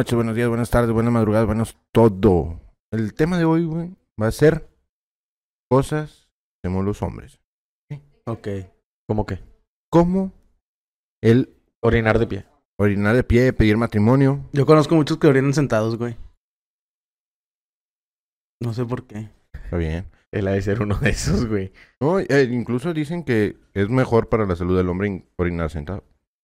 noches, buenos días, buenas tardes, buenas madrugadas, buenos todo. El tema de hoy, güey, va a ser cosas que hacemos los hombres. Ok. ¿Cómo qué? Como el Orinar de pie. orinar de pie, pedir matrimonio. Yo conozco muchos que orinan sentados, güey. No sé por qué. Está bien. Él ha de ser uno de esos, güey. No, incluso dicen que es mejor para la salud del hombre orinar sentado.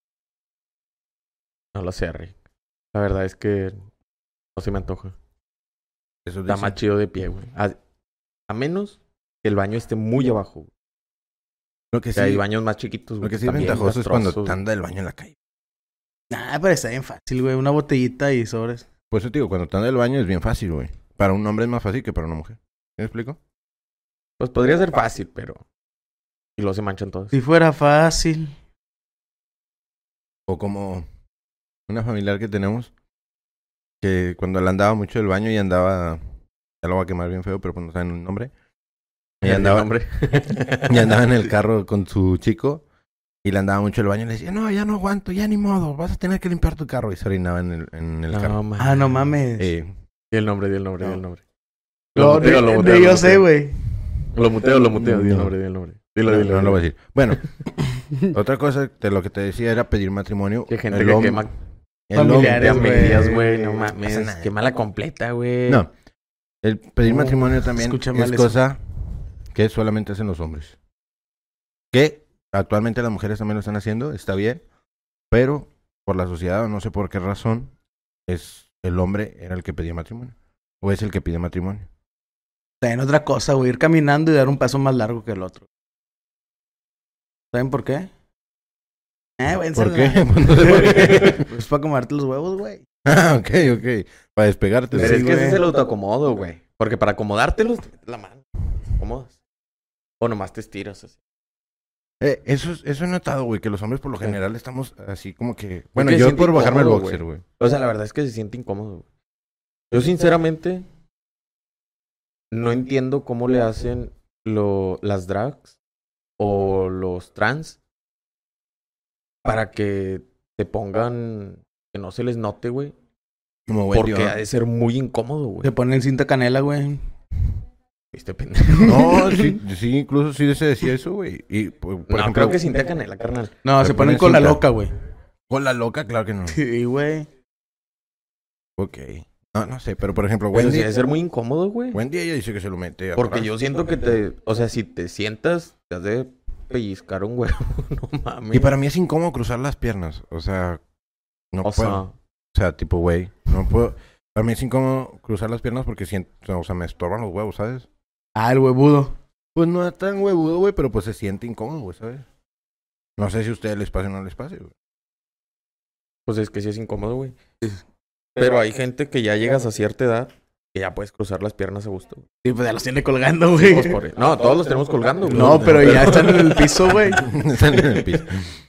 No lo sé, Rick. La verdad es que no se me antoja. Eso Está dicen. más chido de pie, güey. A menos que el baño esté muy abajo, güey. Lo que O sí, sea, hay baños más chiquitos, lo güey. que sí es están bien ventajoso es cuando castrosos, te anda del baño en la calle. Nah, pero está bien fácil, güey. Una botellita y sobres. Por eso te digo, cuando te anda del baño es bien fácil, güey. Para un hombre es más fácil que para una mujer. ¿Me explico? Pues podría ser fácil, pero... Y luego se manchan todos. Si fuera fácil. O como una familiar que tenemos, que cuando le andaba mucho del baño y andaba, ya lo voy a quemar bien feo, pero pues no saben el nombre. Y andaba, hombre. y andaba en el carro con su chico y le andaba mucho el baño y le decía, no, ya no aguanto, ya ni modo, vas a tener que limpiar tu carro. Y se orinaba en el carro. mames. Ah, no mames. Di el nombre, di el nombre, di el nombre. No, yo sé, güey. Lo muteo, di el No. nombre, di el nombre. No, Dilo. no lo voy a decir. Bueno, otra cosa de lo que te decía era pedir matrimonio. Que gente El que hom- quema el familiares, hombre- familias, güey. No No pasa mames. nada. Quema la completa, güey. No, el pedir matrimonio también escucha es mal eso. cosa que solamente hacen los hombres. Que actualmente las mujeres también lo están haciendo, está bien, pero por la sociedad, o no sé por qué razón, es el hombre era el que pedía matrimonio. O es el que pide matrimonio. También otra cosa, güey. Ir caminando y dar un paso más largo que el otro. ¿Saben por qué? Güey, ¿Por qué? Pues no sé por qué. Pues para comerte los huevos, güey. Ah, ok. Para despegarte. Pero Sí, es que ese güey. es el autoacomodo, güey. Porque para acomodártelos, te metes la mano. ¿Acomodas? O nomás te estiras así. Eso he notado, güey, que los hombres por lo general estamos así como que... Bueno, que yo siente por bajarme el incómodo, boxer, güey. O sea, la verdad es que se siente incómodo, güey. Yo sinceramente no entiendo cómo le hacen las drags o los trans para que te pongan que no se les note, güey. Como güey, Porque tío. ha de ser muy incómodo, güey. Se ponen cinta canela, güey. ¿Viste, pendejo? No, sí, incluso sí se decía eso, güey. Y, por No, ejemplo, creo que sin canela, carnal. No, Se se ponen ponen con la cinta. loca, güey. con la loca, claro que no. Sí, güey. Ok. No sé, pero por ejemplo, Pero Wendy... sí ha de ser muy incómodo, güey. Wendy ella dice que se lo mete Porque atrás. yo siento que o sea, si te sientas, te has de pellizcar un huevo. No mames. Y para mí es incómodo cruzar las piernas. O sea, no O puedo. sea, O sea, tipo, güey, no puedo. Para mí es incómodo cruzar las piernas porque siento, o sea, me estorban los huevos, ¿sabes? Ah, el huevudo. Pues no es tan huevudo, güey, pero pues se siente incómodo, güey, ¿sabes? No sé si a ustedes les pase o no les pase, güey. pues es que sí es incómodo, güey. Pero hay gente que ya llegas a cierta edad que ya puedes cruzar las piernas a gusto. güey. Sí, pues ya los tiene colgando, Sí, güey. pues, no, todos los tenemos colgando, güey. No, pero ya están en el piso, güey. Están en el piso.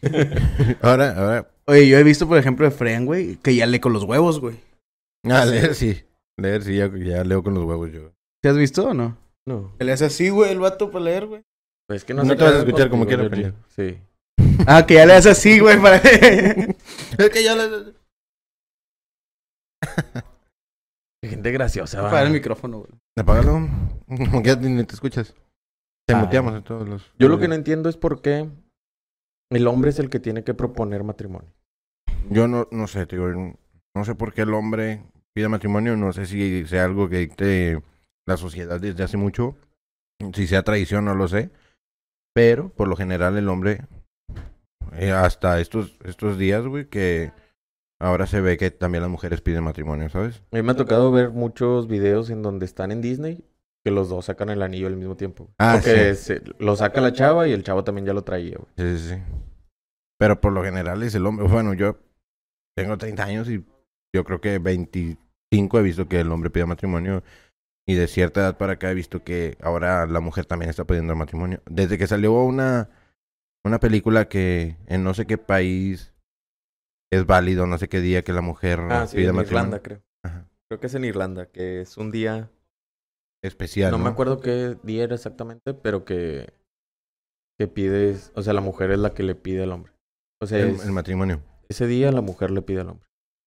Ahora. Oye, yo he visto, por ejemplo, de Fren, güey, que ya lee con los huevos, güey. Leer sí. Leer sí, ya leo con los huevos yo. ¿Te has visto o no? No, Que le hace así, güey, el vato para leer, güey. pues es que No sé te vas a qué escuchar hago como contigo, quiera, Georgie. Sí. Ah, que ya le hace así, güey, para... Es que ya le... Qué gente graciosa, va. Apagar el micrófono, güey. Apágalo. Como que ya ni te escuchas. Te Ah. muteamos en todos los... Yo lo que no entiendo es por qué el hombre es el que tiene que proponer matrimonio. Yo no sé, tío. No sé por qué el hombre pide matrimonio. No sé si sea algo que dicte la sociedad desde hace mucho. Si sea tradición, no lo sé. Pero, por lo general, el hombre... hasta estos días, güey, que ahora se ve que también las mujeres piden matrimonio, ¿sabes? A mí me ha tocado ver muchos videos en donde están en Disney que los dos sacan el anillo al mismo tiempo. Ah, Porque lo saca la chava y el chavo también ya lo traía, güey. Sí. Pero por lo general es el hombre. Bueno, yo tengo 30 años y yo creo que 25 he visto que el hombre pide matrimonio. Y de cierta edad para acá he visto que ahora la mujer también está pidiendo matrimonio. Desde que salió una película que en no sé qué país es válido, no sé qué día que la mujer Ah, sí, pide en matrimonio. Irlanda, creo. Ajá. Creo que es en Irlanda, que es un día... Especial, No me acuerdo qué día era exactamente, pero que pides... O sea, la mujer es la que le pide al hombre. O sea, El matrimonio. ese día la mujer le pide al hombre.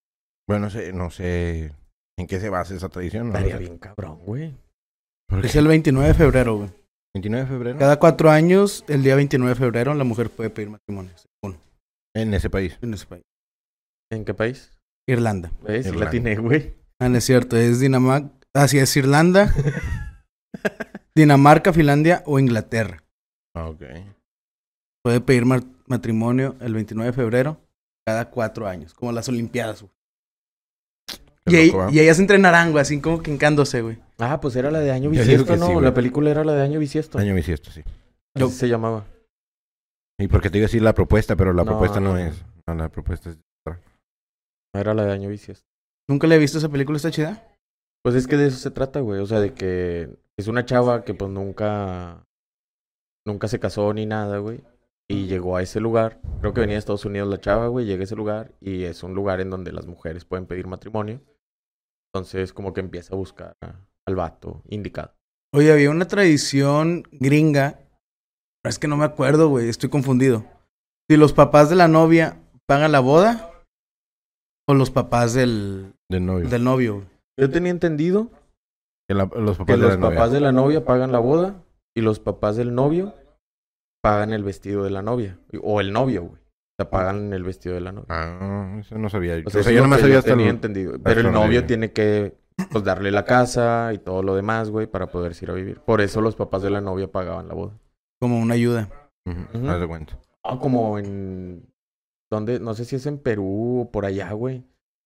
Bueno, no sé en qué se basa esa tradición. ¿No? Estaría bien cabrón, güey. ¿Por Es qué? el 29 de febrero, güey. 29 de febrero. Cada 4 años, el día 29 de febrero, la mujer puede pedir matrimonio. Según En ese país. en ese país. ¿En qué país? Irlanda. ¿Ves? Sí Irlanda. la tiene, güey. Ah, no es cierto, es Dinamarca. Así es, Irlanda, Dinamarca, Finlandia o Inglaterra. Ah, ok. Puede pedir matrimonio el 29 de febrero cada 4 años, como las Olimpiadas, güey. Qué Y, loco, ¿eh? y ellas entrenarán, güey, así como quincándose, güey. Ah, pues era la de Año Yo digo Bisiesto, que ¿no? sí, güey. La película era la de Año Bisiesto. Año bisiesto, sí. Yo- Así se llamaba. Y porque te iba a decir la propuesta, pero la No, propuesta no no. es. No, la propuesta es. Era la de Año Bisiesto. ¿Nunca le he visto esa película? ¿Está chida? Pues es que de eso se trata, güey. O sea, de que es una chava que pues nunca se casó ni nada, güey. Y llegó a ese lugar. Creo que venía de Estados Unidos la chava, güey. Llega a ese lugar y es un lugar en donde las mujeres pueden pedir matrimonio. Entonces como que empieza a buscar al vato indicado. Oye, había una tradición gringa, pero es que no me acuerdo, güey, estoy confundido. Si los papás de la novia pagan la boda o los papás del Del novio. novio, güey. Yo tenía entendido Que los papás que de la los novia. papás de la novia pagan la boda y los papás del novio pagan el vestido de la novia. O el novio, güey. O sea, pagan el vestido de la novia. Ah, eso no sabía. O sea, yo yo nomás sabía hasta tenía el... entendido. hasta Pero el donde novio llegué. tiene que pues, darle la casa y todo lo demás, güey, para poderse ir a vivir. Por eso los papás de la novia pagaban la boda. Como una ayuda. Ujú, Ujú. haz de cuenta. Ah, como en... ¿Dónde? No sé si es en Perú o por allá, güey.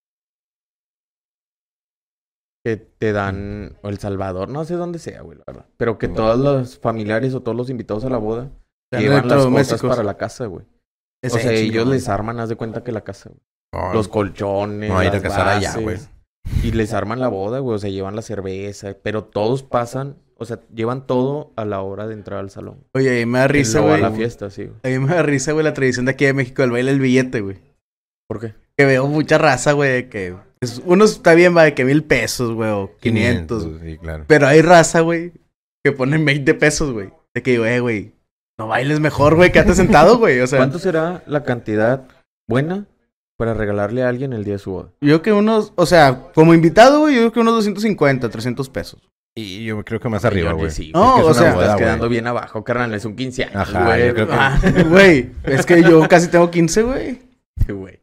Que te dan... O El Salvador, no sé dónde sea, güey, la verdad. Pero que todos los familiares o todos los invitados a la boda Dan llevan las cosas electrodomésticos. para la casa, güey. O Ese sea, es ellos chingón. les arman, haz de cuenta que la casa, güey. No, Los colchones, no, ir a las casar allá, bases, güey. Y les arman la boda, güey. O sea, llevan la cerveza. Pero todos pasan... O sea, llevan todo a la hora de entrar al salón. Oye, ahí me da risa, Y luego güey. a la fiesta, sí, güey. A mí me da risa, güey, la tradición de aquí de México del baile del billete, güey. ¿Por qué? Que veo mucha raza, güey, de que... uno está bien, va, de que 1,000 pesos, güey, o 500. Sí, claro. Pero hay raza, güey, que ponen 20 pesos, güey. De que digo, güey, no bailes mejor, güey, quédate sentado, güey. O sea, ¿Cuánto será la cantidad buena para regalarle a alguien el día de su boda? yo creo que unos, o sea, como invitado, güey, yo creo que unos 250, 300 pesos. Y yo creo que más arriba, Yo ni güey. sí, No, güey. o Es que sea, es una boda, estás güey. quedando bien abajo, carnal. Es un 15 años, Ajá, güey. yo creo que- Ah, güey, es que yo casi tengo 15, güey. Güey.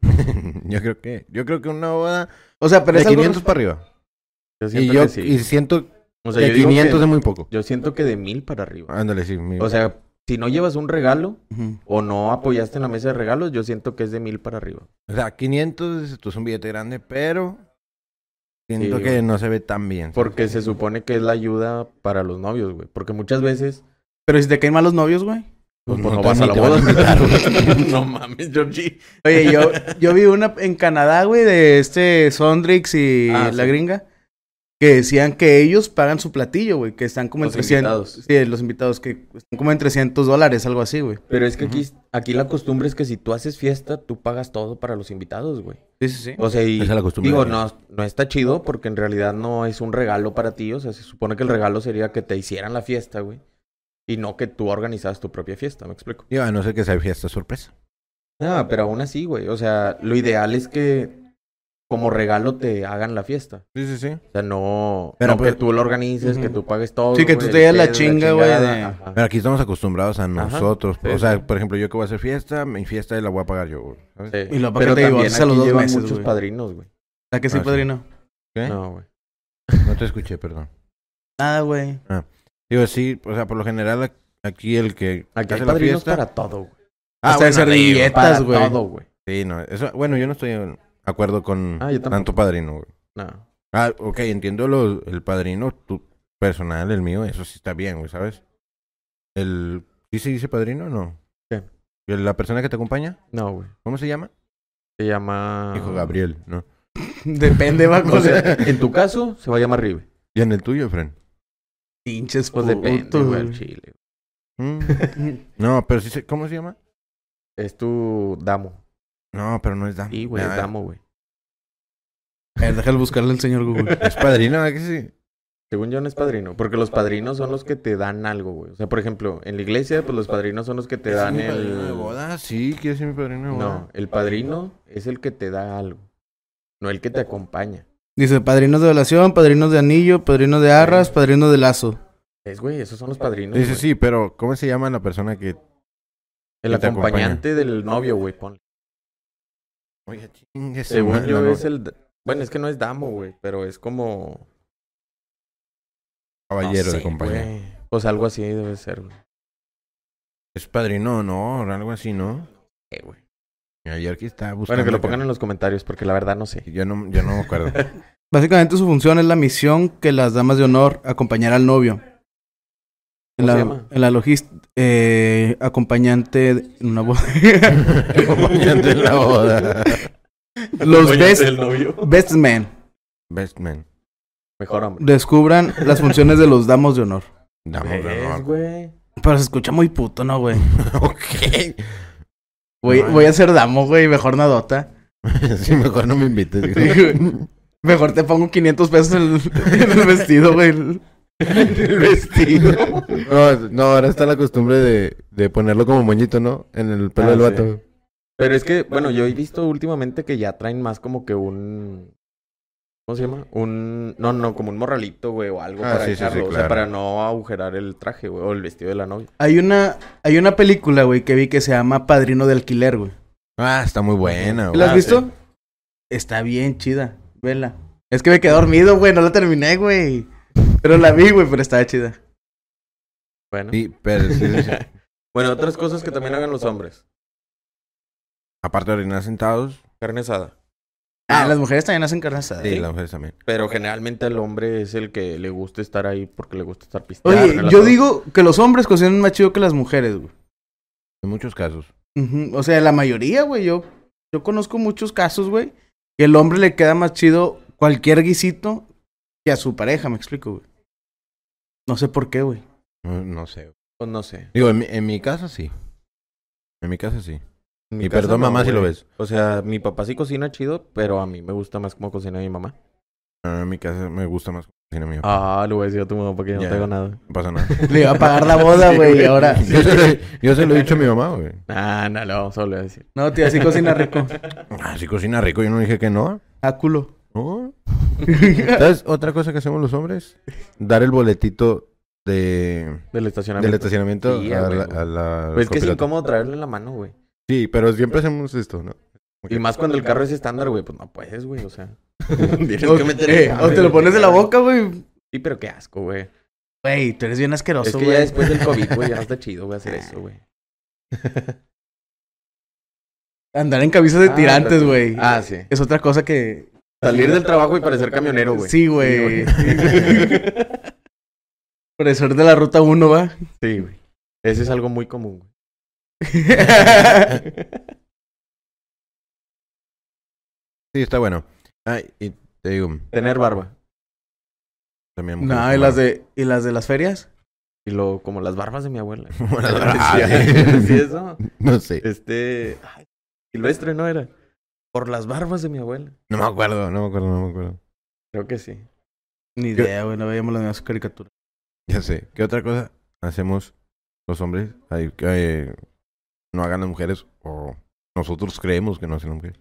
Yo creo que una boda O sea, pero de es algo... 500 para arriba. Yo Y siento yo que sí. y siento O sea, que yo digo 500 que- es muy poco. Yo siento que de 1000 para arriba. Ándale, sí. O sea, si no llevas un regalo Ujú. o no apoyaste en la mesa de regalos, yo siento que es de 1000 para arriba. 500 esto es un billete grande, pero siento Sí, que güey. no se ve tan bien. Porque se supone que es la ayuda para los novios, güey. Porque muchas veces, Pero si te caen mal los novios, güey. pues, No no te- vas a ni la te van a boda. invitar, güey. No mames, Georgie. Oye, yo vi una en Canadá, güey, de Sondrix y Ah, la sí. gringa, que decían que ellos pagan su platillo, güey, que están como Los en 300. invitados. Sí, los invitados, que están como en $300, algo así, güey. Pero es que aquí la costumbre es que si tú haces fiesta, tú pagas todo para los invitados, güey. Sí, sí, sí. O sea, y Esa es la costumbre digo, de allá. no está chido porque en realidad no es un regalo para ti. O sea, se supone que el regalo sería que te hicieran la fiesta, güey. Y no que tú organizas tu propia fiesta, ¿me explico? Digo, a no ser que sea fiesta sorpresa. Ah, pero aún así, güey. O sea, lo ideal es que como regalo te hagan la fiesta. Sí, sí, sí. O sea, no, Pero, no pues, que tú lo organices, que ujú. tú pagues todo. Sí, que güey, tú te lleves la pedo, chinga, güey, chingada. de- Ajá. Pero aquí estamos acostumbrados a nosotros. sí, o sea, sí. por ejemplo, yo que voy a hacer fiesta, mi fiesta la voy a pagar yo, güey, ¿sabes? Sí. Y lo Pero te también divorcias a los aquí 2 llevan meses, muchos güey. padrinos, güey. ¿La que sí, Ah, sí. padrino? ¿Qué? No, güey. No te escuché, perdón. Nada, güey. Digo, sí, o sea, por lo general aquí el que Aquí hay hace la padrinos fiesta... para todo, güey. Hasta de servilletas, Para güey. todo, güey. Sí, no, eso, bueno, yo no estoy de acuerdo con Ah, yo tampoco. tanto padrino, güey. No. Ah, ok, entiendo el padrino tu personal, el mío, eso sí está bien, güey, ¿sabes? ¿Sí se dice padrino o no? ¿Qué? ¿La persona que te acompaña? No, güey. ¿Cómo se llama? Se llama... Hijo Gabriel, ¿no? Depende, va O con sea, en tu caso, se va a llamar Ribe. ¿Y en el tuyo, Fren? pinches Pues depende, putos, güey, al güey. chile. No, pero sí se... ¿Cómo se llama? Es tu damo. No, pero no es Damo. Sí, güey, es Ah, damo, güey. A ver, déjalo buscarle al señor Google. Es padrino, ¿verdad que sí? Según yo no es padrino, porque los padrinos son los que te dan algo, güey. O sea, por ejemplo, en la iglesia, pues los padrinos son los que te dan ¿Es mi padrino de el... boda? Sí, ¿quieres ser mi padrino de boda? No, el padrino es el que te da algo. no el que te acompaña. Dice, padrinos de violación, padrinos de anillo, padrinos de arras, padrinos de lazo. Güey, esos son los padrinos. Dice, güey. sí, pero ¿cómo se llama la persona que El que te acompañante del novio, güey, ponle. Oye, chingue su Según madre, yo no, es el... Bueno, es que no es damo, güey, pero es como... caballero no sé, de compañía. güey. Pues algo así debe ser, güey. Es padrino, ¿no? O algo así, ¿no? Güey. Ayer aquí estaba buscando. Bueno, que lo acá. pongan en los comentarios, porque la verdad no sé. Yo no me acuerdo. Básicamente su función es la misión que las damas de honor acompañar al novio. ¿Cómo se llama? En la logística, acompañante en una boda. Acompañante en la boda. Los del novio. best men Best man. Mejor hombre. descubran las funciones de los damos de honor. Damos de ¿Ves, honor. güey? Pero se escucha muy puto, ¿no, güey? Ok. Voy a ser damo, güey, mejor nadota. Sí, mejor no me invites. Sí, güey. Mejor te pongo 500 pesos en el vestido, güey. El vestido. No, ahora está la costumbre de ponerlo como moñito, ¿no? En el pelo Ah, del sí. vato. Pero es que, bueno, yo he visto últimamente que ya traen más como que un... ¿Cómo se llama? No, como un morralito, güey, o algo Ah, para sí, sí, sí, echarlo. O sea, claro. para no agujerar el traje, güey, o el vestido de la novia. Hay una película, güey, que vi que se llama Padrino de Alquiler, güey. Ah, está muy buena, güey. ¿La has Ah, visto? sí. Está bien chida. Vela. Es que me quedé dormido, güey. No la terminé, güey. Pero la vi, güey, pero estaba chida. Bueno. Sí, pero sí, sí. Bueno, otras cosas que también hagan los hombres. Aparte de orinar sentados, Carne asada. Ah, las mujeres también hacen carne asada. sí, ¿eh? las mujeres también. Pero generalmente el hombre es el que le gusta estar ahí porque le gusta estar pisteando. Oye, yo digo que los hombres cocinan más chido que las mujeres, güey. En muchos casos. Ujú. O sea, la mayoría, güey. Yo conozco muchos casos, güey, que el hombre le queda más chido cualquier guisito que a su pareja, me explico, güey. No sé por qué, güey. No sé. Pues no sé. Digo, en mi casa sí. En mi casa sí. En mi Y casa perdón, no, mamá, si lo güey. ves. O sea, mi papá sí cocina chido, pero a mí me gusta más cómo cocina mi mamá. En mi casa me gusta más cocina mi papá. Ah, le voy a decir a tu mamá porque yo Ya. no tengo nada. No pasa nada. Le iba a pagar la boda, Sí, güey, güey. y ahora... Yo se lo he dicho a mi mamá, güey. Ah, no, le vamos a volver a decir. No, tío, así cocina rico. Ah, si cocina rico, yo no dije que no. A culo. ¿No? ¿Sabes otra cosa que hacemos los hombres? Dar el boletito Del estacionamiento. del estacionamiento Sí, a güey, la, güey. a la Pues es que es copiloto. incómodo traerlo en la mano, güey. Sí, pero siempre hacemos esto, ¿no? Y más cuando el carro es estándar, güey, pues no puedes, güey, o sea. Tienes O, que meter el cambio, o te lo güey. pones de la boca, güey. Sí, pero qué asco, güey. Güey, tú eres bien asqueroso, Es güey. que ya después del COVID, güey, ya no está chido, güey, hacer eso, güey. Andar en camisas de Ah, tirantes, pero- güey. Ah, sí. Es otra cosa que... Salir del trabajo y parecer camionero, güey. Sí, güey. Profesor de la ruta 1, ¿va? Sí, güey. Ese es algo muy común, güey. Sí, está bueno. Ay, y te digo, Tener barba. también mujeres No, con ¿y las de las ferias? Y como las barbas de mi abuela. barba. ¿Sí, eso? No sé. Ay, Silvestre, ¿no era? Por las barbas de mi abuela. No me acuerdo. Creo que sí. Ni idea, güey. No veíamos las mismas caricaturas. Ya sé. ¿Qué otra cosa hacemos los hombres? Ay, que no hagan las mujeres o nosotros creemos que no hacen las mujeres.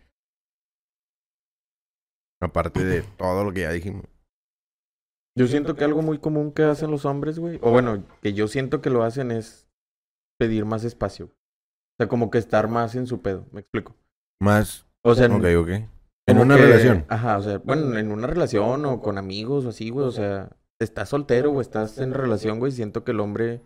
Aparte de todo lo que ya dijimos. Yo siento que algo muy común que hacen los hombres, güey. O bueno, que yo siento que lo hacen es pedir más espacio. O sea, como que estar más en su pedo. ¿Me explico? Más. O sea, Ok. En como una que- relación. Ajá, o sea, bueno, en una relación o con amigos o así, güey. O sea, estás soltero o estás en relación, güey. Siento que el hombre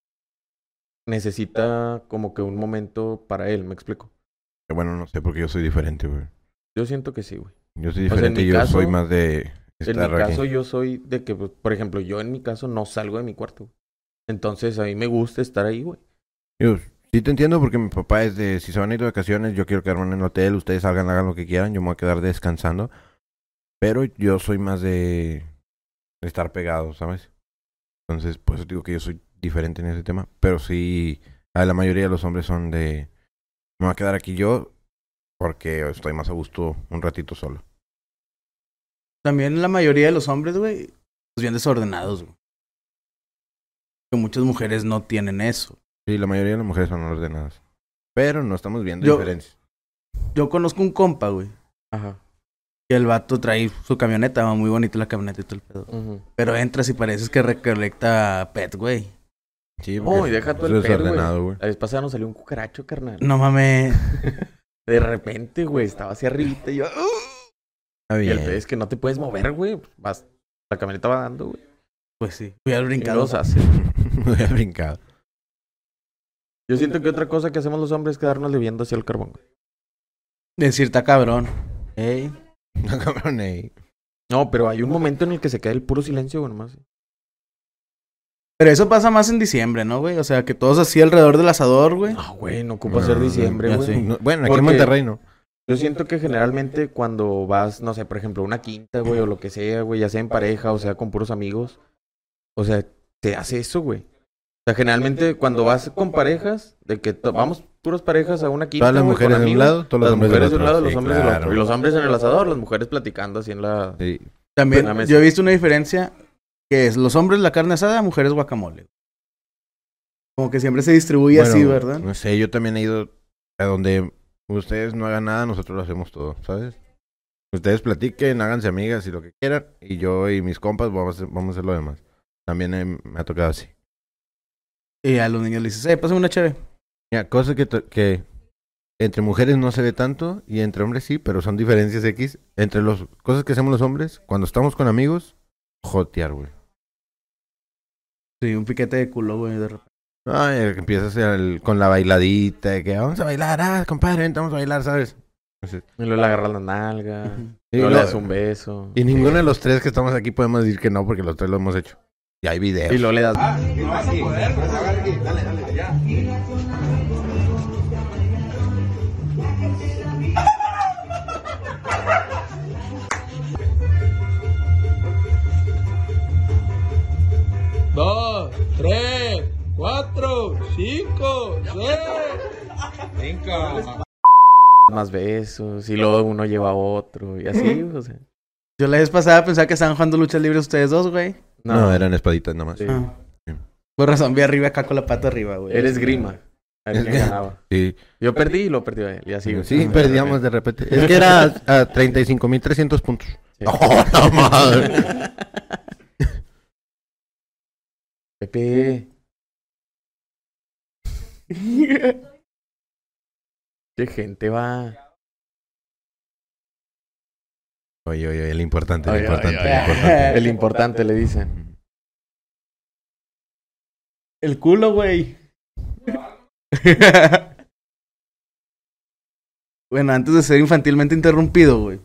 necesita como que un momento para él. ¿Me explico? Bueno, no sé porque yo soy diferente, güey. Yo siento que sí, güey. Yo soy sea, en diferente mi y yo caso- soy más de En estar mi caso, aquí. yo soy de que, pues, por ejemplo, yo en mi caso no salgo de mi cuarto. Güey. Entonces, a mí me gusta estar ahí, güey. Yo sí te entiendo porque mi papá es de, si se van a ir de vacaciones, yo quiero quedarme en el hotel, ustedes salgan, hagan lo que quieran, yo me voy a quedar descansando. Pero yo soy más de estar pegado, ¿sabes? Entonces, pues digo que yo soy diferente en ese tema. Pero sí, a la mayoría de los hombres son de, me voy a quedar aquí yo porque estoy más a gusto un ratito solo. También la mayoría de los hombres, güey, son bien desordenados, güey. Que muchas mujeres no tienen eso. Sí, la mayoría de las mujeres son ordenadas. Pero no estamos viendo Yo- diferencias. Yo conozco un compa, güey, Ajá. Y el vato trae su camioneta, va muy bonita la camioneta y todo el pedo. Ujú. Pero entras y pareces que recolecta pet, güey. Sí, No, y deja todo el pedo, desordenado, güey. La vez pasada nos salió un cucaracho, carnal. No mames. De repente, güey, estaba hacia arribita y yo... Está Y el bien. pedo es que no te puedes mover, güey. Vas... La camioneta va dando, güey. Pues sí. Fui al Y brincado. los hace. Me había brincado. Yo siento que otra cosa que hacemos los hombres es quedarnos viendo hacia el carbón, güey. Decir, está cabrón. Ey. No, cabrón, No, pero hay un momento en el que se queda el puro silencio, güey, nomás. Pero eso pasa más en diciembre, ¿no, güey? O sea, que todos así alrededor del asador, güey. No, güey, no ocupa ser diciembre, ya güey. sé. No, bueno, aquí Porque- en Monterrey no. Yo siento que generalmente cuando vas, no sé, por ejemplo, a una quinta, güey, o lo que sea, güey, ya sea en pareja o sea con puros amigos, o sea, te hace eso, güey. O sea, generalmente cuando vas con parejas, de que vamos puros parejas a una quinta, Todas las güey, mujeres con de un amigos, lado, todos los las hombres mujeres del de un lado, otro. los Sí, hombres del claro. otro. Y los hombres en el asador, las mujeres platicando así en la... Sí. También, Una mesa. yo he visto una diferencia que es los hombres la carne asada, mujeres guacamole. Como que siempre se distribuye Bueno, así, ¿verdad? No sé, yo también he ido a donde ustedes no hagan nada, nosotros lo hacemos todo, ¿sabes? Ustedes platiquen, háganse amigas y lo que quieran, y yo y mis compas vamos a hacer lo demás. También me ha tocado así. Y a los niños les dices, pásame una chévere. Mira, cosa que entre mujeres no se ve tanto y entre hombres sí, pero son diferencias X. Entre las cosas que hacemos los hombres, cuando estamos con amigos, jotear, güey. Sí, un piquete de culo, güey, de repente. Ay, que empiezas con la bailadita, de que vamos a bailar, compadre, vente, vamos a bailar, ¿sabes? Entonces, Y luego le agarras la nalga, Ujú. y, luego lo- le das un beso. y ninguno de los tres que estamos aquí podemos decir que no, porque los tres lo hemos hecho. Y hay videos. Y luego le das... Dos, tres, cuatro, cinco, seis. Cinco. más besos. Y luego uno lleva a otro. Y así, o sea... Yo la vez pasada pensaba que estaban jugando luchas libres ustedes dos, güey. No, eran espaditas nada más. Sí. Ah. Sí. Por razón, vi arriba acá con la pata arriba, güey. Eres grima. A ver quién ganaba. Sí, Yo perdí y lo perdió él. Y así, güey. sí, perdíamos de repente. Es que era a 35,300 puntos. Sí. ¡Oh, la madre! Pepe. ¿Qué gente va? Oye, el importante, Oye, el importante, oye, el oye. importante. El importante le dicen. El culo, güey. Bueno, antes de ser infantilmente interrumpido, güey.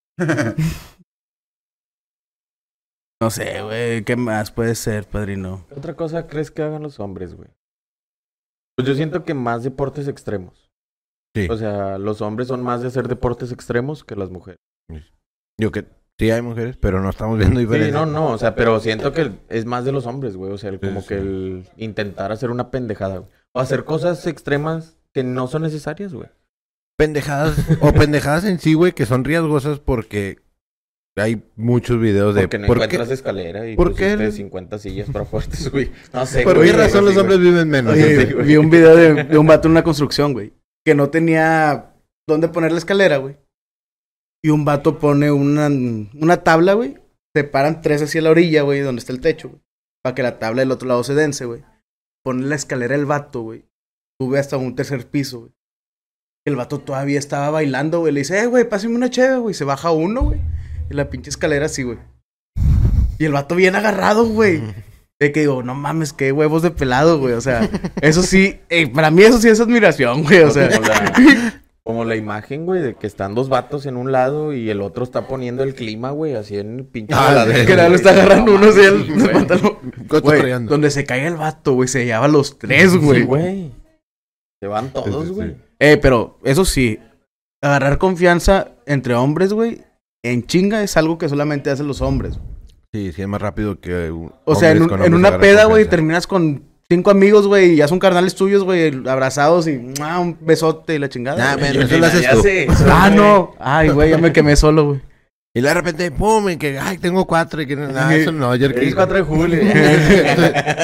No sé, güey. ¿Qué más puede ser, padrino? ¿Qué otra cosa crees que hagan los hombres, güey? Pues yo siento que más deportes extremos. Sí. O sea, los hombres son más de hacer deportes extremos que las mujeres. Yo que sí hay mujeres, pero no estamos viendo Sí, diferencias. no, o sea, pero siento que es más de los hombres, güey. O sea, como Sí, que sí. el intentar hacer una pendejada, güey. O hacer cosas extremas que no son necesarias, güey. Pendejadas, o pendejadas en sí, güey, que son riesgosas porque hay muchos videos de... Porque no ¿por encuentras qué, escalera y por qué pusiste el- 50 sillas para poderte subir. No sé, ¿por güey, qué razón algo los así, hombres güey. viven menos? Oye, sí, güey. vi un video de un vato en una construcción, güey. Que no tenía dónde poner la escalera, güey. Y un vato pone una tabla, güey. Se paran tres hacia la orilla, güey, donde está el techo, güey. Para que la tabla del otro lado se dense, güey. Pone la escalera el vato, güey. Sube hasta un tercer piso, güey. El vato todavía estaba bailando, güey. Le dice, güey, pásame una chévere, güey. Se baja uno, güey. Y la pinche escalera así, güey. Y el vato bien agarrado, güey. De que digo, no mames, qué huevos de pelado, güey. O sea, eso sí, para mí eso sí es admiración, güey. O sea, Como la imagen, güey, de que están dos vatos en un lado y el otro está poniendo el clima, güey, así en el pinche... Ah, voladero, que que lo está güey. agarrando No uno así mames, el güey. pantalón. Güey, Cotorreando. donde se caiga el vato, güey, se lleva los tres, güey. Sí, güey. Se van todos, Sí, sí, güey. sí. Pero eso sí, agarrar confianza entre hombres, güey, en chinga es algo que solamente hacen los hombres. Sí, es más rápido que... O sea, hombres en con una hombres agarran peda, güey, confianza. terminas con 5 amigos, güey, y ya son carnales tuyos, güey, abrazados y un besote y la chingada. Ah, güey. bueno, eso lo haces Ya tú. sé, eso, Ah, güey. no. Ay, güey, ya me quemé solo, güey. Y de repente, pum, y que, ay, tengo 4 y que... Ah, eso no, ayer que... El 4 de julio.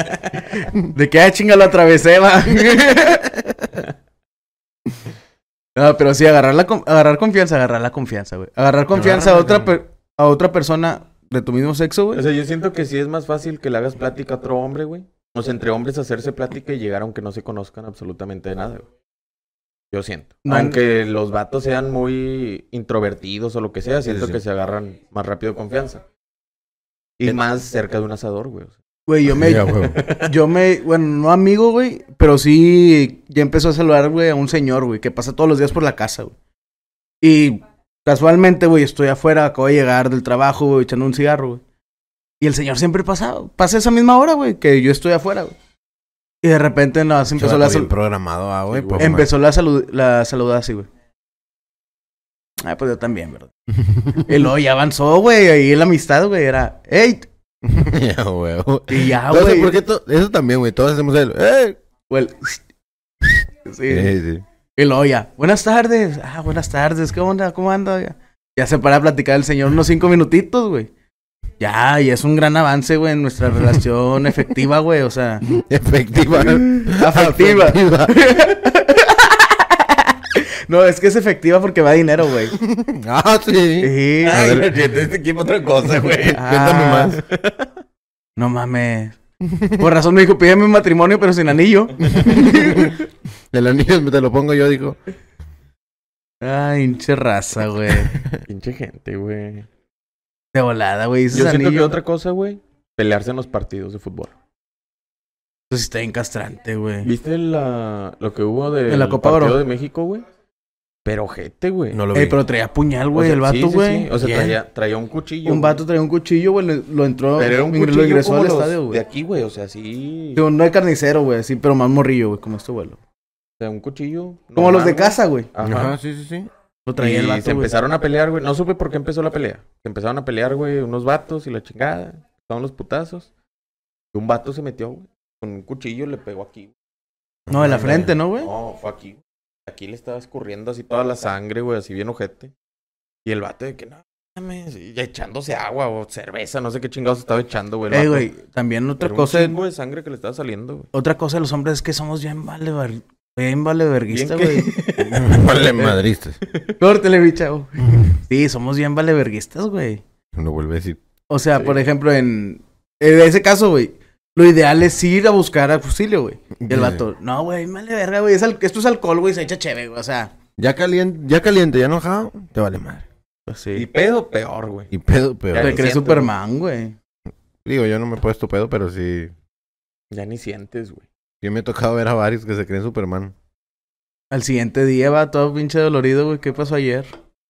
De que chinga lo atravesé, va. No, pero sí, agarrar confianza, güey. Agarrar confianza a otra persona de tu mismo sexo, güey. O sea, yo siento que sí es más fácil que le hagas plática a otro hombre, güey. O sea, entre hombres hacerse plática y llegar aunque no se conozcan absolutamente de nada, güey. Yo siento. No, Aunque los vatos sean muy introvertidos o lo que sea, siento sí. que se agarran más rápido confianza. Y más cerca de un asador, güey. O sea. Güey, Ya, huevo. bueno, no amigo, güey, pero sí ya empezó a saludar, güey, a un señor, güey, que pasa todos los días por la casa, güey. Y casualmente, güey, estoy afuera, acabo de llegar del trabajo, güey, echando un cigarro, güey. Y el señor siempre pasa esa misma hora, güey, que yo estoy afuera, güey. Y de repente nada más empezó Bien programado, güey. Sí, pues, empezó la saludada así, güey. Ah, pues yo también, ¿verdad? Y luego ya avanzó, güey, ahí la amistad, güey, era, ¡ey! Ya, huevo. Y ya, No sé güey. por qué eso también, güey. Todos hacemos el... ¡Eh! Güey, sí. Sí. Y luego ya, buenas tardes. Ah, buenas tardes, ¿qué onda? ¿Cómo anda? Ya se para a platicar el señor unos 5 minutitos, güey. Ya, y es un gran avance, güey, en nuestra relación efectiva, güey, o sea... Efectiva. Afectiva. No, es que es efectiva porque va dinero, güey. Ah, sí. Sí. A ver, este equipo otra cosa, güey. cuéntame más. No mames. Por razón me dijo, pídeme un matrimonio, pero sin anillo. El anillo te lo pongo yo, digo. Ay, hinche raza, güey. Pinche gente, güey. De volada, güey. Yo siento que otra cosa, güey, pelearse en los partidos de fútbol. Eso sí está bien castrante, güey. ¿Viste lo que hubo En la Copa partido Oro. de México, güey? Pero gente, güey. No lo vi. Pero traía puñal, güey, O sea, el vato, sí, güey. sí. O sea, Bien. traía un cuchillo. Un güey. vato traía un cuchillo, güey, lo entró, Pero era un lo cuchillo ingresó como al los estadio, de güey. aquí, güey. O sea, sí. Digo, no de carnicero, güey, sí, pero más morrillo, güey, como este vuelo. O sea, un cuchillo. Como normal, los de güey. casa, güey. Ajá. Ajá, sí. Lo traía el Y vato, se güey. empezaron a pelear, güey. No supe por qué empezó la pelea. Se empezaron a pelear, güey, unos vatos y la chingada. Estaban los putazos. Y un vato se metió, güey. Con un cuchillo le pegó aquí. Güey. No, en la frente, ¿no, güey? No, fue aquí. Aquí le estaba escurriendo así toda la sangre, güey, así bien ojete. Y el vato de que no, mames, y echándose agua o cerveza, no sé qué chingados estaba echando, güey. el vato. Güey, también otra Era cosa, un chingo de sangre que le estaba saliendo, güey. otra cosa de los hombres es que somos bien valeverguista, Bien güey. Vale, madristas. Córtele, bicha, güey. Sí, somos bien valeverguistas, güey. No vuelve a decir. O sea, Sí. por ejemplo, en ese caso, güey, lo ideal es ir a buscar auxilio, güey. Y el vato, no, güey, vale verga, güey. Esto es alcohol, güey, se echa chévere, güey. O sea, Ya caliente, ya enojado, te vale madre. pues sí. Y pedo, peor, güey. Y pedo, pero... Ya Te ni crees siento, Superman, güey. Digo, yo no me he puesto pedo, pero sí... Ya ni sientes, güey. Sí me he tocado ver a varios que se creen Superman. Al siguiente día va todo pinche dolorido, güey. ¿Qué pasó ayer?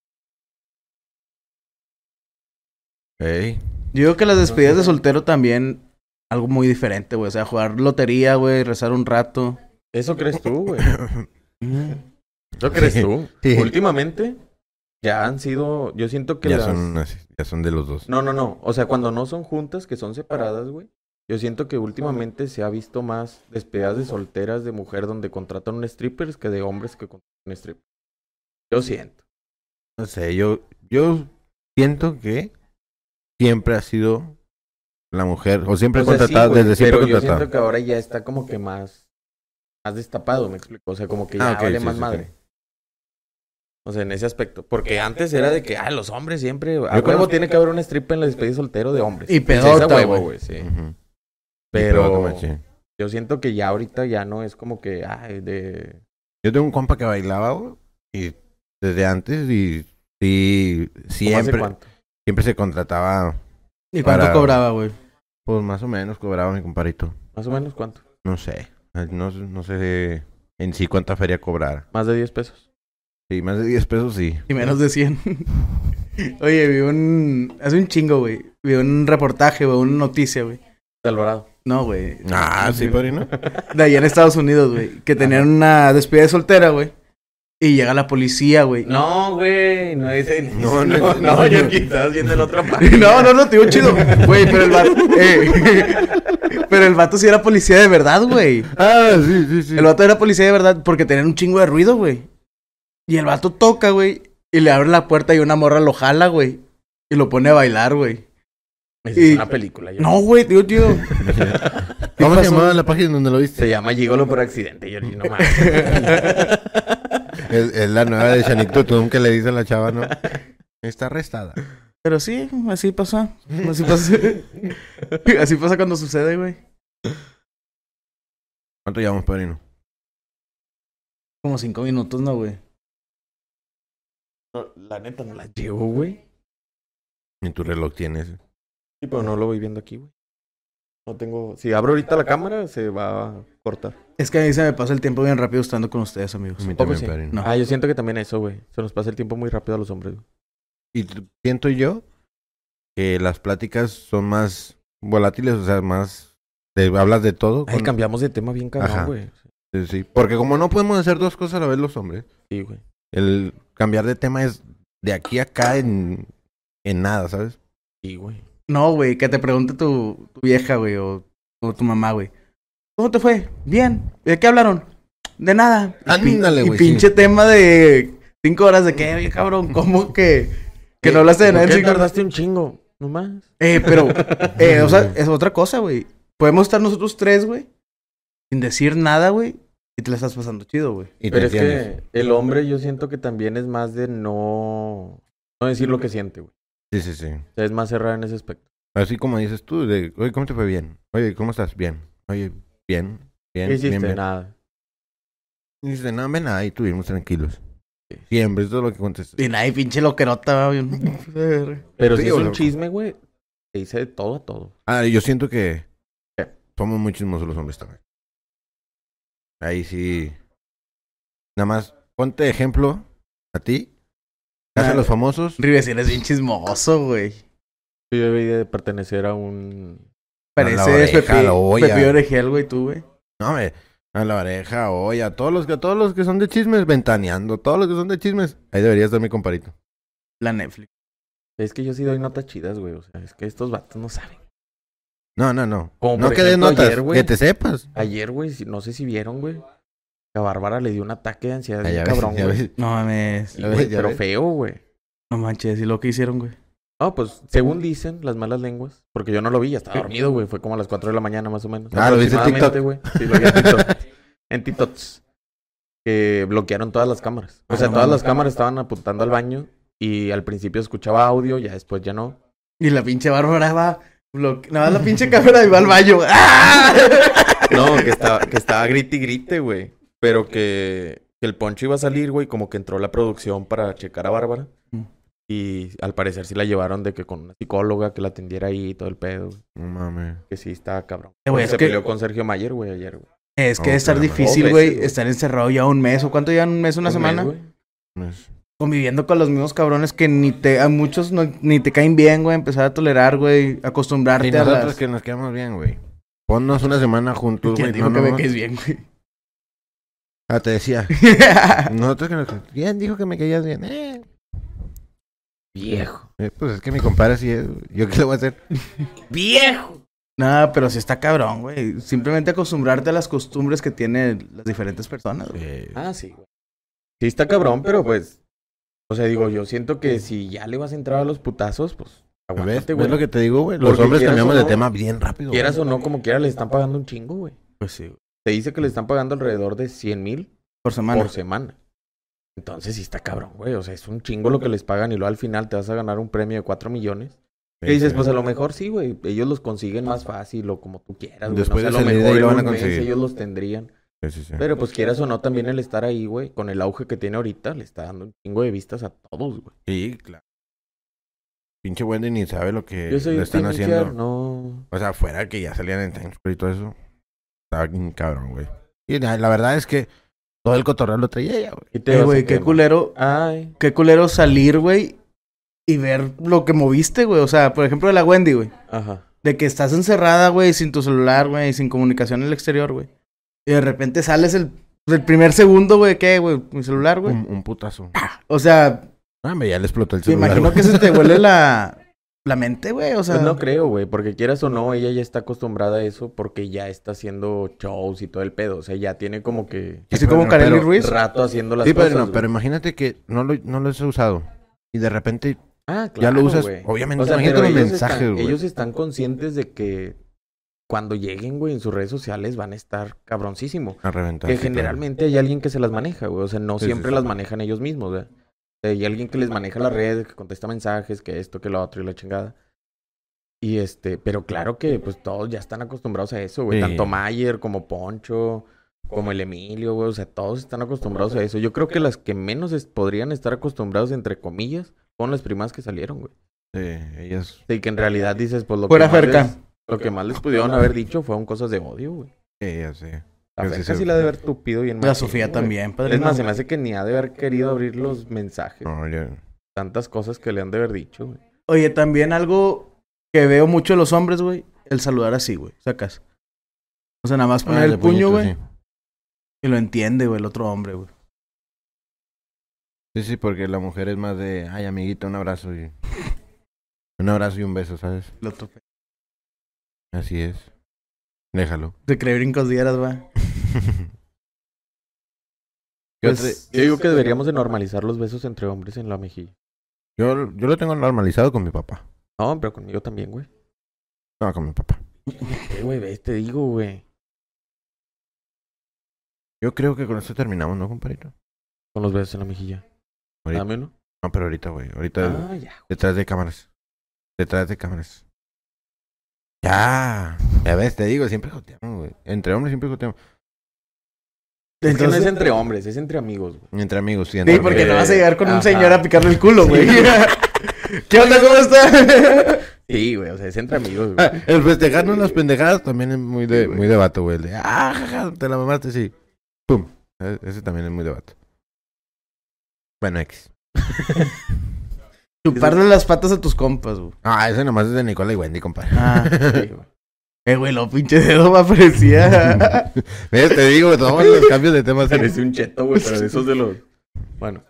Ey. Yo digo que las despedidas de soltero también, algo muy diferente, güey. O sea, jugar lotería, güey, rezar un rato. Eso crees tú, güey. Eso crees tú. Sí. Últimamente, ya han sido... Yo siento que Ya las... son así, ya son de los dos. No. O sea, cuando no son juntas, que son separadas, güey. Yo siento que últimamente se ha visto más despedidas de solteras de mujer donde contratan un strippers que de hombres que contratan un stripper. Yo siento. No sé, yo siento que siempre ha sido la mujer, o siempre O sea, sí, contratada, güey, desde siempre pero yo contratada. siento que ahora ya está como que más destapado, me explico. O sea, como que ya Ah, ok, vale sí, más sí, madre. sí. O sea, en ese aspecto. Porque antes era de que, los hombres siempre... A Yo huevo conozco- tiene que haber un stripper en la despedida de soltero de hombres. Y Sí, pedota, esa huevo, güey. sí. Ujú. Pero Pero machín. yo siento que ya ahorita ya no es como que, de... Yo tengo un compa que bailaba, güey, y desde antes y sí, ¿Cómo hace siempre, cuánto? siempre se contrataba, ¿Y cuánto Para- cobraba, güey? pues más o menos cobraba mi comparito. Más o menos cuánto. No sé, no sé en sí cuánta feria cobrara. Más de 10 pesos. Sí, más de 10 pesos sí. Y menos de 100. Oye, hace un chingo, güey. Vi un reportaje, güey, una noticia, güey. De Alvarado. No, güey. Ah, sí, padrino. De allá en Estados Unidos, güey. Que tenían una despedida de soltera, güey. Y llega la policía, güey. No, güey. No dice... No, yo quizás viendo el otro parte. No, te digo chido. Güey, pero el vato... pero el vato sí era policía de verdad, güey. Ah, sí. El vato era policía de verdad porque tenían un chingo de ruido, güey. Y el vato toca, güey. Y le abre la puerta y una morra lo jala, güey. Y lo pone a bailar, güey. Esa Y- es una película. No, güey, tío, tío. ¿Cómo se pasó? llamaba la página donde lo viste? Se llama Gigolo por accidente. Yo no mames. Es la nueva de Shanique Tutum que le dice a la chava, ¿no? Está arrestada. Pero sí, así pasa. Así pasa. Así pasa cuando sucede, güey. ¿Cuánto llevamos, padrino? Como 5 minutos, ¿no, güey? No, la neta no la llevo, güey. En tu reloj tienes. Sí, pero no lo voy viendo aquí, güey. No tengo... Si abro ahorita la cámara, se va a cortar. Es que a mí se me pasa el tiempo bien rápido estando con ustedes, amigos. A mí Poco también, sí. padrino. No. Ah, yo siento que también eso, güey. Se nos pasa el tiempo muy rápido a los hombres, güey. Y siento yo que las pláticas son más volátiles, o sea, más... hablas de todo. Ay, cambiamos de tema bien Ajá. cabrón, güey. Sí, sí. Porque como no podemos hacer dos cosas a la vez los hombres, Sí, güey. el cambiar de tema es de aquí a acá en nada, ¿sabes? Sí, güey. No, güey, que te pregunte tu vieja, güey, o tu mamá, güey. ¿Cómo te fue? Bien. ¿De qué hablaron? De nada. Ándale, Y güey, pinche sí. tema de 5 horas de que, oye, cabrón, ¿cómo que no hablaste de nada en ¿Por qué 5 horas? tardaste un chingo? Nomás. Pero, o sea, es otra cosa, güey. Podemos estar nosotros 3, güey, sin decir nada, güey, y te la estás pasando chido, güey. Y te Pero es entiendes. que el hombre yo siento que también es más de no decir lo que siente, güey. Sí, sí, sí. O sea, es más cerrado en ese aspecto. Así como dices tú, de, oye, ¿cómo te fue? Bien. Oye, ¿cómo estás? Bien. Oye, bien. Bien, ¿Qué hiciste? bien, bien. Nada. Y dices, no, ven nada, y estuvimos tranquilos. Sí. Siempre, eso es lo que contestas. Y nadie, pinche loquerota, güey. Pero Sí, si es un loco. chisme, güey, te dice de todo a todo. Ah, yo siento que ¿Qué? somos muy chismosos los hombres también. Ahí sí. Nada más, ponte de ejemplo a ti. Casa de los famosos. Rives, eres bien chismoso, güey. Yo debí de pertenecer a un... Pareces oreja, la olla. Pepe Orejel, güey, tú, güey. No, hombre. A la oreja, oye, a todos los que son de chismes, ventaneando. Todos los que son de chismes. Ahí debería estar mi comparito. La Netflix. Es que yo sí doy notas chidas, güey. O sea, es que estos vatos no saben. No, no, no. Como No por que des ejemplo, notas, ayer, güey. que te sepas. Ayer, güey, no sé si vieron, güey. A Bárbara le dio un ataque de ansiedad Ah, bien ya ves, cabrón, ya güey. ves. No mames. Sí, Ya güey, ves, ya pero ves. feo, güey. No manches, ¿y lo que hicieron, güey? No, pues, según dicen las malas lenguas, porque yo no lo vi, ya estaba dormido, güey. Fue como a las 4 de la mañana, más o menos. Ah, ¿lo viste en Aproximadamente, TikTok? güey. Sí, lo vi en TikTok. En TikTok. Que bloquearon todas las cámaras. O sea, no todas mames. las cámaras estaban apuntando al baño y al principio escuchaba audio, ya después ya no. Y la pinche Bárbara va... Nada más la pinche cámara y va al baño. ¡Ah! No, que estaba grite y grite, güey. Pero que el Poncho iba a salir, güey, como que entró la producción para checar a Bárbara. Mm. Y al parecer sí la llevaron de que con una psicóloga que la atendiera ahí y todo el pedo, güey. No mames. Que sí estaba cabrón. Güey, Se es que- peleó con Sergio Mayer, güey, ayer, güey. Es que No, debe estar pero difícil, no, güey, meses, güey. estar encerrado ya un mes. ¿O cuánto llevan un mes, una Un semana? mes, güey. Pues, Conviviendo con los mismos cabrones que a muchos ni te caen bien, güey. Empezar a tolerar, güey. Acostumbrarte y a nosotros las... que nos quedamos bien, güey. Ponnos una semana juntos, ¿Quién güey. dijo No, que no, me no. caes bien, güey? Ah, te decía. Nosotros que nos... ¿Quién dijo que me caías bien? Viejo. Pues es que mi compadre sí es. ¿Yo qué le voy a hacer? ¡Viejo! Nada, pero sí está cabrón, güey. Simplemente acostumbrarte a las costumbres que tienen las diferentes personas, güey. Ah, sí, güey. Sí está cabrón, pero pues... O sea, digo, yo siento que si ya le vas a entrar a los putazos, pues... ¿Ves? Aguántate, ¿Ves güey. lo que te digo, güey? Los Porque hombres quieras cambiamos o de no, tema bien rápido. Quieras güey. o no, como quiera, le están pagando un chingo, güey. Pues sí, güey. Se dice que le están pagando alrededor de 100,000 Por semana. por semana. Entonces sí está cabrón, güey. O sea, es un chingo lo que les pagan y luego al final te vas a ganar un premio de 4 millones. Sí, Que dices, sí. pues a lo mejor sí, güey. Ellos los consiguen más fácil o como tú quieras, güey. Después No sé, de a lo salir de mejor ahí lo en van a un mes conseguir. ellos los tendrían. Sí, sí, sí. Pero pues quieras o no, también el estar ahí, güey, con el auge que tiene ahorita, le está dando un chingo de vistas a todos, güey. Sí, claro. Pinche Wendy ni sabe lo que Yo soy le están Team haciendo. Michelle, no. O sea, fuera que ya salían en Times Square y todo eso. Estaba bien cabrón, güey. Y la verdad es que todo el cotorreo lo traía ella, güey. ¿Y te vas a Güey, qué quemar? culero. Ay. Qué culero salir, güey. Y ver lo que moviste, güey. O sea, por ejemplo, de la Wendy, güey. Ajá. De que estás encerrada, güey, sin tu celular, güey, sin comunicación en el exterior, güey. Y de repente sales el primer segundo, güey, ¿qué, güey? Mi celular, güey. Un putazo. O sea, Ah, ya le explotó el me celular. imagino güey. que se te vuelve la mente, güey. O sea, Pues no creo, güey, porque quieras o no, ella ya está acostumbrada a eso porque ya está haciendo shows y todo el pedo. O sea, ya tiene como que así como pero- Kareli Ruiz. rato haciendo las Sí, cosas. pero, no, güey. pero imagínate que no lo has usado. Y de repente Ah, claro, ya lo usas. güey. Obviamente, O sea, imagínate pero los ellos mensajes, están, güey. ellos están conscientes de que cuando lleguen, güey, en sus redes sociales van a estar cabroncísimo. A reventar. Que sí, claro. generalmente hay alguien que se las maneja, güey. O sea, no Sí, siempre sí, las sí. manejan ellos mismos, güey. Hay alguien que les maneja las redes, que contesta mensajes, que esto, que lo otro y la chingada. Y pero claro que pues todos ya están acostumbrados a eso, güey. Sí. Tanto Mayer como Poncho, como el Emilio, güey. O sea, todos están acostumbrados a eso. Yo creo que las que menos podrían estar acostumbrados, entre comillas, son las primas que salieron, güey. Sí, ellas. Y que en realidad dices, pues Fuera más Ferca. lo que más les pudieron haber dicho fueron cosas de odio, güey. Ellas, sí. La Sí, Ferca sí. sí la ha de haber tupido bien La machín, Sofía güey. también, padre. Es más, se me hace que ni ha de haber querido abrir los mensajes. No, yo... Tantas cosas que le han de haber dicho, güey. Oye, también algo que veo mucho en los hombres, güey. El saludar así, güey. Sacas. O sea, nada más poner el de puño, puñito, güey. sí. Y lo entiende, güey, el otro hombre, güey. Sí, sí, porque la mujer es más de, ay, amiguita, un abrazo y... Un abrazo y un beso, ¿sabes? El otro Así es. Déjalo. se cree brincos dieras, güey. ¿Qué Pues, Yo digo que deberíamos de normalizar los besos entre hombres en la mejilla. yo lo tengo normalizado con mi papá. No, pero conmigo también, güey. No, con mi papá. Güey, ves, te digo, güey. Yo creo que con esto terminamos, ¿no, compadrito? Con los besos en la mejilla. Ahorita. Dame uno. No, pero ahorita, güey. Ahorita Ah, ya. detrás de cámaras. Detrás de cámaras. Ya. Ya ves, te digo, siempre joteamos, güey. Entre hombres siempre joteamos. Es que no entonces, es entre hombres, es entre amigos, güey. Entre amigos, sí. sí, entre porque amigos. no vas a llegar con un Ajá. señor a picarle el culo, güey. ¿Qué onda? ¿Cómo está? Sí, güey, o sea, es entre amigos, güey. Ah, el festejarnos las pendejadas también es muy de, Sí, güey. muy de vato, güey. El de, jaja, te la mamaste, sí. Pum. Ese también es muy de vato. Bueno, X. Chuparle las patas a tus compas, güey. Ah, ese nomás es de Nicola y Wendy, compadre. Ah. Sí, güey. Güey, lo pinche dedo me aparecía. ¿Ves? Te digo, todos los cambios de temas. Parece un cheto, güey, pero de esos de los... Bueno.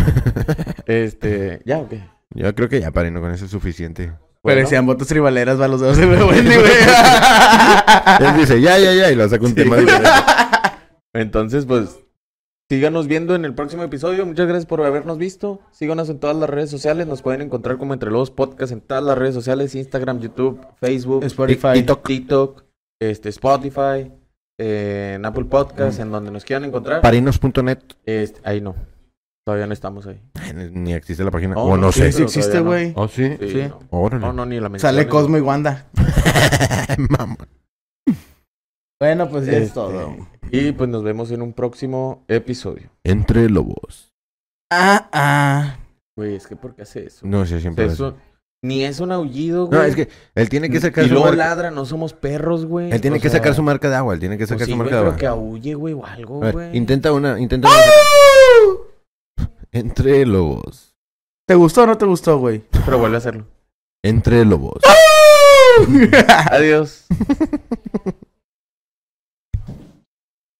¿Ya o qué? Yo creo que ya, Parino, con eso es suficiente. Parecían botas tribaleras para los dedos de Wendy, güey. Él dice, ya, y lo saca un tema diferente. Entonces, pues, síganos viendo en el próximo episodio. Muchas gracias por habernos visto. Síganos en todas las redes sociales. Nos pueden encontrar como Entre Lobos Podcast en todas las redes sociales. Instagram, YouTube, Facebook, Spotify. TikTok, Spotify, en Apple Podcast, en donde nos quieran encontrar. Parinos.net. Ahí no. Todavía no estamos ahí. Ni existe la página. No, O no no, sé. Sí existe, Todavía güey. ¿Oh, sí? Sí, Sí. No. Órale. No, ni la menciones. Sale Cosmo y Wanda. Mamá. Bueno, pues ya es Este, todo. Y pues nos vemos en un próximo episodio. Entre lobos. Güey, es que ¿por qué hace eso? No sé, siempre. Eso, ni es un aullido, güey. No, es que él tiene que sacar Y su luego marca. ladra, no somos perros, güey. Él tiene O que sea, sacar su marca de agua. Él tiene que pues sacar sí, su güey, marca de pero agua. que aúlle, güey, o algo, A ver, güey. intenta una. Entre lobos. ¿Te gustó o no te gustó, güey? Pero vuelve a hacerlo. Entre lobos. Adiós.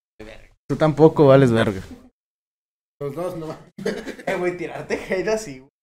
Tú tampoco vales verga. Los dos no. Güey, tirarte hate así, güey.